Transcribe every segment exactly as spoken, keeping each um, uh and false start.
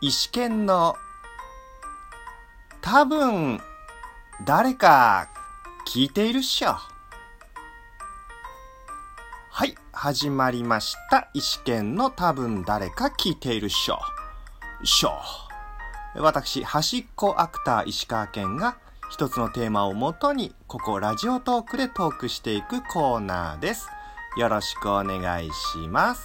石剣の多分誰か聞いているっしょ。はい、始まりました。石剣の多分誰か聞いているっしょ。しょ。私、端っこアクター石川健が一つのテーマをもとにここラジオトークでトークしていくコーナーです。よろしくお願いします。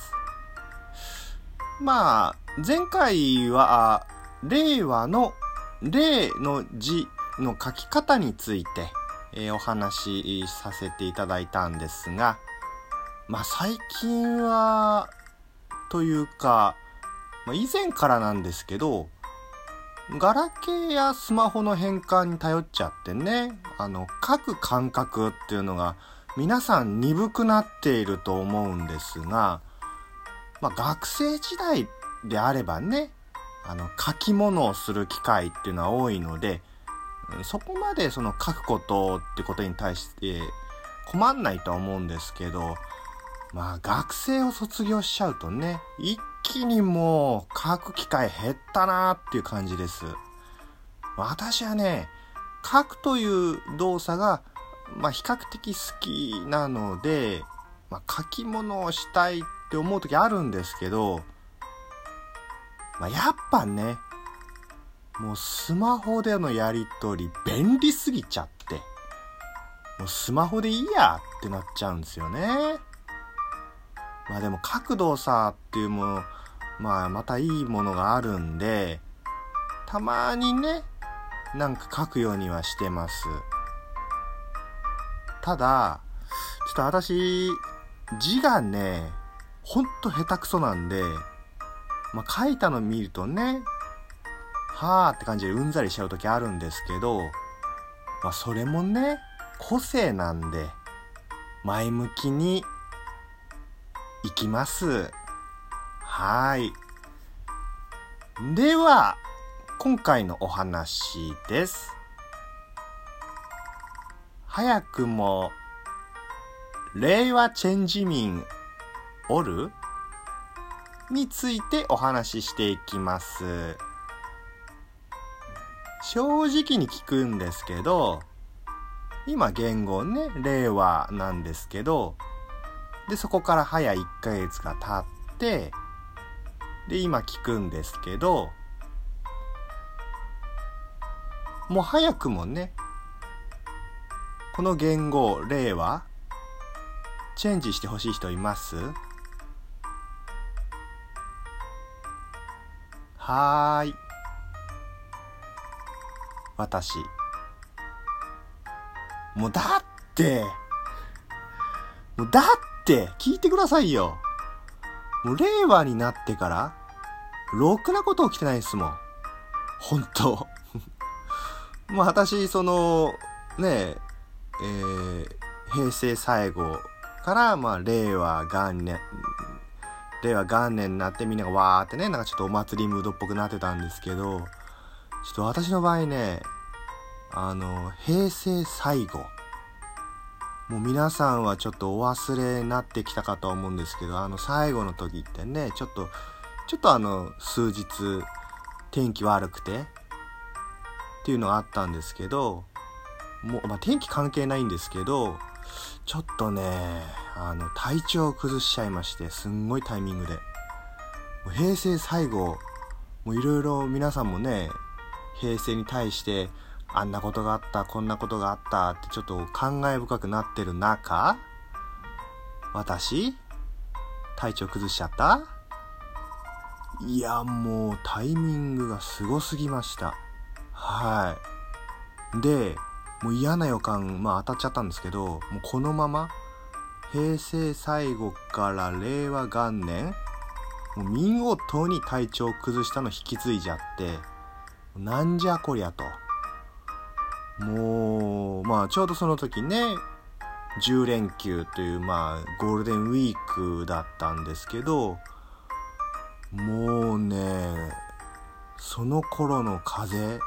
まあ前回は令和の令の字の書き方について、えー、お話しさせていただいたんですが、まあ最近はというか、まあ、以前からなんですけど、ガラケーやスマホの変換に頼っちゃってね、あの書く感覚っていうのが皆さん鈍くなっていると思うんですが、まあ学生時代であればね、あの書き物をする機会っていうのは多いので、そこまでその書くことってことに対して困んないとは思うんですけど、まあ学生を卒業しちゃうとね、一気にもう書く機会減ったなっていう感じです。私はね、書くという動作がまあ比較的好きなので、まあ、書き物をしたいって思う時あるんですけど、まあ、やっぱね、もうスマホでのやり取り便利すぎちゃって、もうスマホでいいやってなっちゃうんですよね。まあでも書く動作っていうもの、まあまたいいものがあるんで、たまにね、なんか書くようにはしてます。ただ、ちょっと私、字がね、ほんと下手くそなんで、まあ書いたの見るとね、はーって感じでうんざりしちゃう時あるんですけど、まあそれもね、個性なんで、前向きにいきます。はーい。では、今回のお話です。早くも、令和チェンジ民おる？についてお話ししていきます。正直に聞くんですけど、今言語ね、令和なんですけど、で、そこから早いっかげつが経って、で、今聞くんですけど、もう早くもね、この言語、令和、チェンジしてほしい人います？はーい。私。もうだって、もうだって聞いてくださいよ。もう令和になってからろくなこと起きてないですもん。ほんと。まあ私そのねえー、平成最後からまあ令和元年令和元年になってみんながわーってね、なんかちょっとお祭りムードっぽくなってたんですけど、ちょっと私の場合ね、あの平成最後、もう皆さんはちょっとお忘れになってきたかと思うんですけど、あの最後の時ってね、ちょっとちょっとあの数日天気悪くてっていうのがあったんですけど、もうまあ天気関係ないんですけど、ちょっとね、あの体調を崩しちゃいまして、すんごいタイミングで、もう平成最後、もういろいろ皆さんもね、平成に対してあんなことがあった、こんなことがあったってちょっと感慨深くなってる中、私体調崩しちゃった？いや、もうタイミングがすごすぎました。はい。で、もう嫌な予感、まあ当たっちゃったんですけど、もうこのまま平成最後から令和元年、もう見事に体調を崩したの引き継いじゃって、なんじゃこりゃと。もうまあちょうどその時ね、じゅう連休というまあゴールデンウィークだったんですけど、もうね、その頃の風、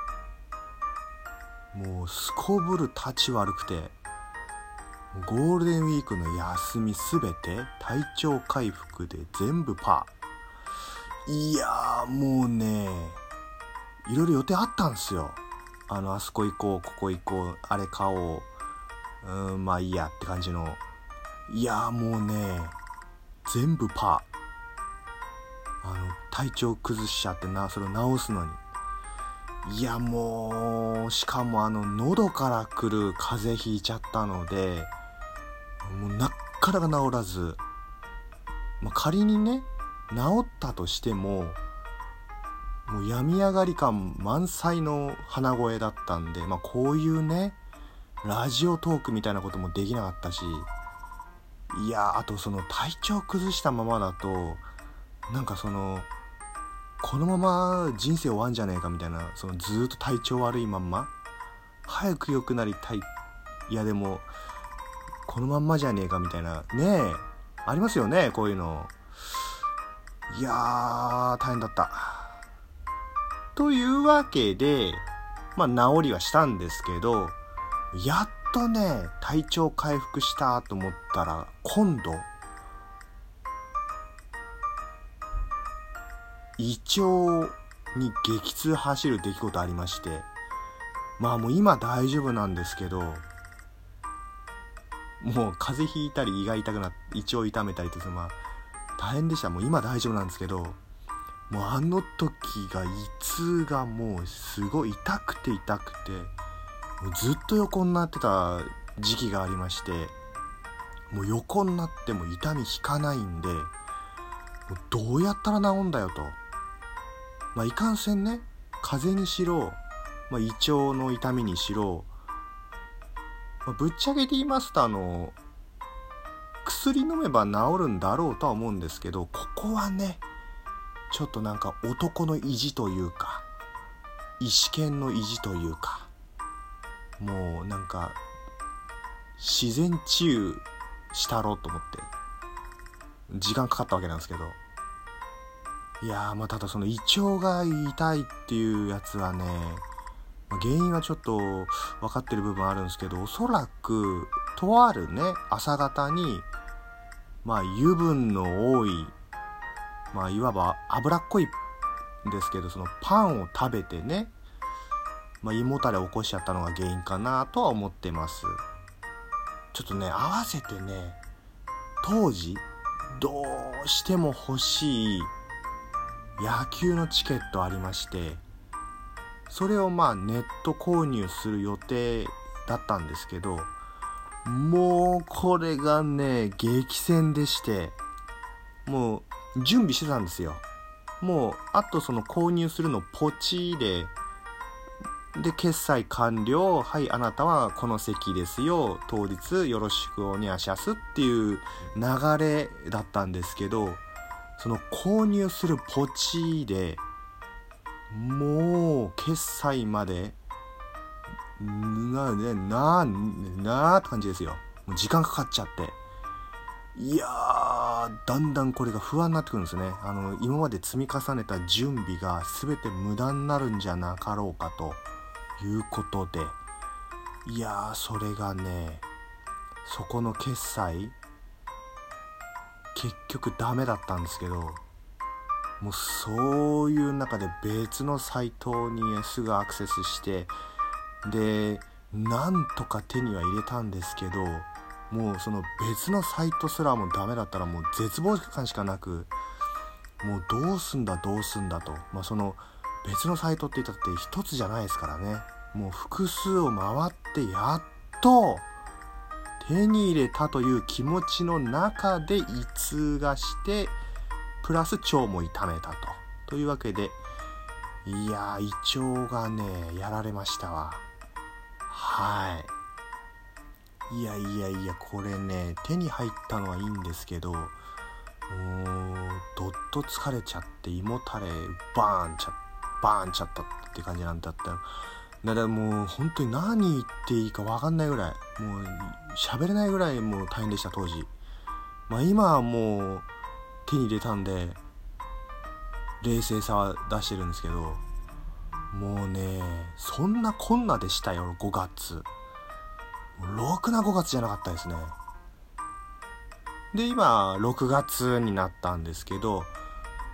もうすこぶる立ち悪くて、ゴールデンウィークの休みすべて体調回復で全部パー。いやーもうね、 いろいろ予定あったんですよ。あのあそこ行こう、ここ行こう、あれ買おう、うーんまあいいやって感じの。いやもうね全部パー。あの体調崩しちゃってな、それを治すのに。いやもうしかもあの喉から来る風邪ひいちゃったので、もうなかなか治らず、まあ、仮にね治ったとしてももう病み上がり感満載の鼻声だったんで、まあ、こういうねラジオトークみたいなこともできなかったし、いやあとその体調崩したままだとなんかそのこのまま人生終わんじゃねえかみたいな、そのずーっと体調悪いまんま早く良くなりたい、いやでもこのまんまじゃねえかみたいなねえありますよね、こういうの。いやー大変だったというわけで、まあ治りはしたんですけど、やっとね体調回復したと思ったら今度胃腸に激痛走る出来事ありまして、まあもう今大丈夫なんですけど、もう風邪ひいたり胃が痛くなって胃腸痛めたりとか、まあ大変でした。もう今大丈夫なんですけど、もうあの時が胃痛がもうすごい痛くて痛くて、もうずっと横になってた時期がありまして、もう横になっても痛み引かないんで、もうどうやったら治んだよと。まあいかんせんね、風邪にしろ、まあ、胃腸の痛みにしろ、まあ、ぶっちゃけて言いますとあの薬飲めば治るんだろうとは思うんですけど、ここはねちょっとなんか男の意地というか意志堅の意地というか、もうなんか自然治癒したろうと思って時間かかったわけなんですけど、いやーまあただその胃腸が痛いっていうやつはね、原因はちょっと分かってる部分あるんですけど、おそらくとあるね朝方にまあ油分の多い、まあいわば脂っこいんですけど、そのパンを食べてね、まあ、胃もたれを起こしちゃったのが原因かなとは思ってます。ちょっとね合わせてね、当時どうしても欲しい野球のチケットありまして、それをまあネット購入する予定だったんですけど、もうこれがね激戦でして、もう準備してたんですよ。もうあとその購入するのポチでで決済完了、はいあなたはこの席ですよ、当日よろしくお願いしますっていう流れだったんですけど、その購入するポチでもう決済までなねななって感じですよ。もう時間かかっちゃって、いやーだんだんこれが不安になってくるんですね。あの今まで積み重ねた準備が全て無駄になるんじゃなかろうかということで、いやーそれがねそこの決済結局ダメだったんですけど、もうそういう中で別のサイトにすぐアクセスして、でなんとか手には入れたんですけど、もうその別のサイトすらもダメだったらもう絶望感しかなく、もうどうすんだどうすんだと、まあその別のサイトって言ったって一つじゃないですからね、もう複数を回ってやっと手に入れたという気持ちの中で胃痛がして、プラス腸も痛めたとというわけで、いやー胃腸がねやられましたわ。はい、いやいやいやこれね手に入ったのはいいんですけど、もうどっと疲れちゃって胃もたれバーンちゃバーンちゃったって感じなんだったら、だからもう本当に何言っていいか分かんないぐらい、もう喋れないぐらいもう大変でした当時。まあ今はもう手に入れたんで冷静さは出してるんですけど、もうねそんなこんなでしたよ。ごがつろくなごがつじゃなかったですね。で今ろくがつになったんですけど、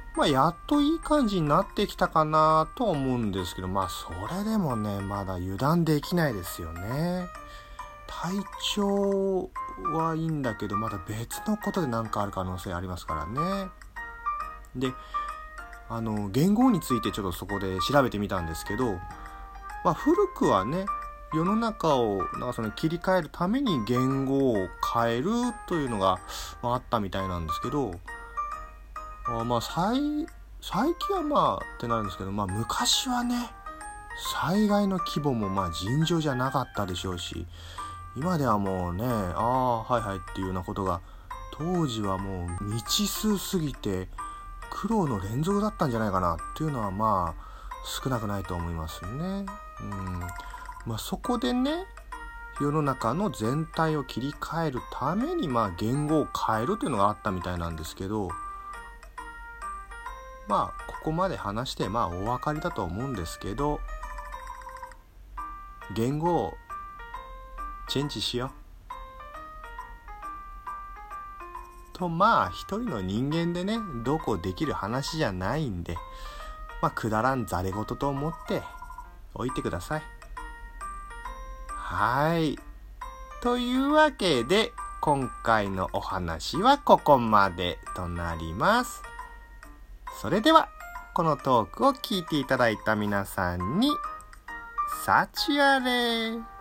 まあやっといい感じになってきたかなと思うんですけど、まあそれでもね、まだ油断できないですよね。体調はいいんだけど、まだ別のことで何かある可能性ありますからね。で、あの元号についてちょっとそこで調べてみたんですけど、まあ古くはね、世の中をなんかその切り替えるために元号を変えるというのが、まあ、あったみたいなんですけど、あまあ最最近はまあってなるんですけど、まあ昔はね、災害の規模もまあ尋常じゃなかったでしょうし、今ではもうね、ああはいはいっていうようなことが、当時はもう未知数すぎて苦労の連続だったんじゃないかなっていうのはまあ少なくないと思いますね。うん、まあそこでね、世の中の全体を切り替えるためにまあ言語を変えるというのがあったみたいなんですけど、まあここまで話してまあお分かりだと思うんですけど、言語をチェンジしようと、まあ一人の人間でねどうこうできる話じゃないんで、まあくだらんざれ言と思っておいてください。はい、というわけで今回のお話はここまでとなります。それではこのトークを聞いていただいた皆さんに幸あれ。